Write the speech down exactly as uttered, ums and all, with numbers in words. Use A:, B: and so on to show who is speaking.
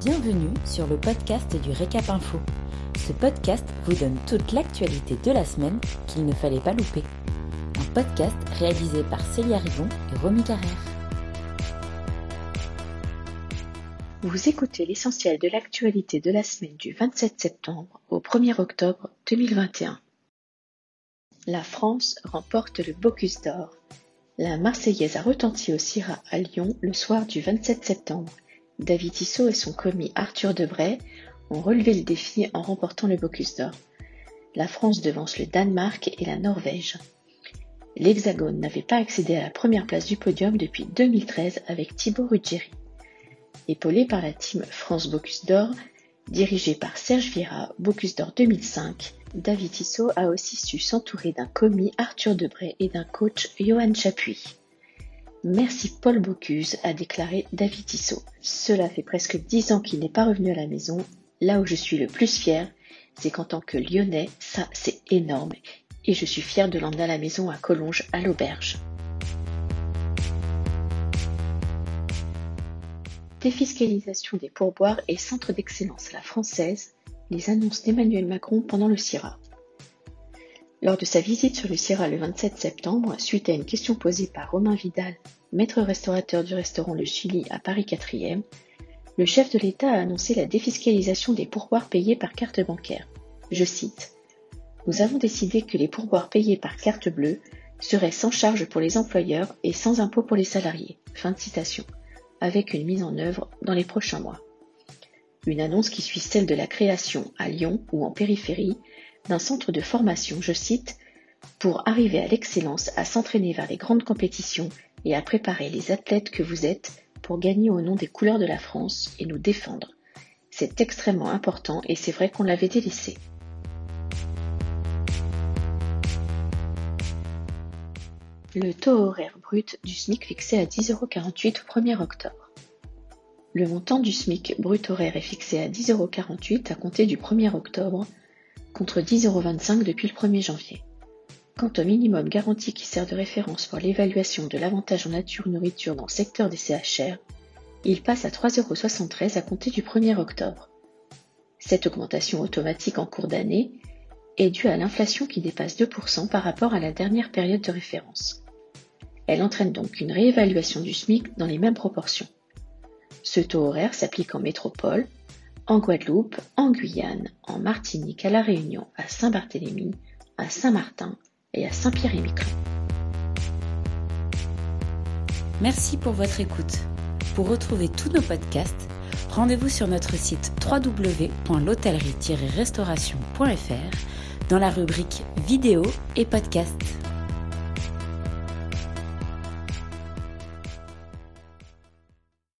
A: Bienvenue sur le podcast du Récap Info. Ce podcast vous donne toute l'actualité de la semaine qu'il ne fallait pas louper. Un podcast réalisé par Célia Rivon et Romy Carrère.
B: Vous écoutez l'essentiel de l'actualité de la semaine du vingt-sept septembre au premier octobre deux mille vingt et un. La France remporte le Bocuse d'Or. La Marseillaise a retenti au Syrah à Lyon le soir du vingt-sept septembre. David Tissot et son commis Arthur Debray ont relevé le défi en remportant le Bocuse d'Or. La France devance le Danemark et la Norvège. L'Hexagone n'avait pas accédé à la première place du podium depuis deux mille treize avec Thibaut Ruggieri. Épaulé par la team France Bocuse d'Or, dirigée par Serge Vira, Bocuse d'Or deux mille cinq, David Tissot a aussi su s'entourer d'un commis Arthur Debray et d'un coach Johan Chapuis. Merci Paul Bocuse, a déclaré David Tissot. Cela fait presque dix ans qu'il n'est pas revenu à la maison. Là où je suis le plus fier, c'est qu'en tant que Lyonnais, ça c'est énorme. Et je suis fier de l'emmener à la maison à Collonges, à l'auberge. Défiscalisation des pourboires et centre d'excellence à la française, les annonces d'Emmanuel Macron pendant le Syrah. Lors de sa visite sur le Syrah le vingt-sept septembre, suite à une question posée par Romain Vidal, maître restaurateur du restaurant Le Chili à Paris quatrième, le chef de l'État a annoncé la défiscalisation des pourboires payés par carte bancaire. Je cite : « Nous avons décidé que les pourboires payés par carte bleue seraient sans charge pour les employeurs et sans impôt pour les salariés. » Fin de citation. Avec une mise en œuvre dans les prochains mois. Une annonce qui suit celle de la création à Lyon ou en périphérie d'un centre de formation, je cite, « pour arriver à l'excellence, à s'entraîner vers les grandes compétitions et à préparer les athlètes que vous êtes pour gagner au nom des couleurs de la France et nous défendre. C'est extrêmement important et c'est vrai qu'on l'avait délaissé. » Le taux horaire brut du SMIC fixé à dix euros quarante-huit au premier octobre. Le montant du SMIC brut horaire est fixé à dix euros quarante-huit à compter du premier octobre, contre dix euros vingt-cinq depuis le premier janvier. Quant au minimum garanti qui sert de référence pour l'évaluation de l'avantage en nature nourriture dans le secteur des C H R, il passe à trois euros soixante-treize à compter du premier octobre. Cette augmentation automatique en cours d'année est due à l'inflation qui dépasse deux pour cent par rapport à la dernière période de référence. Elle entraîne donc une réévaluation du SMIC dans les mêmes proportions. Ce taux horaire s'applique en métropole, en Guadeloupe, en Guyane, en Martinique, à La Réunion, à Saint-Barthélemy, à Saint-Martin et à Saint-Pierre-et-Miquelon.
A: Merci pour votre écoute. Pour retrouver tous nos podcasts, rendez-vous sur notre site w w w point l'hôtellerie tiret restauration point f r dans la rubrique vidéo et podcasts.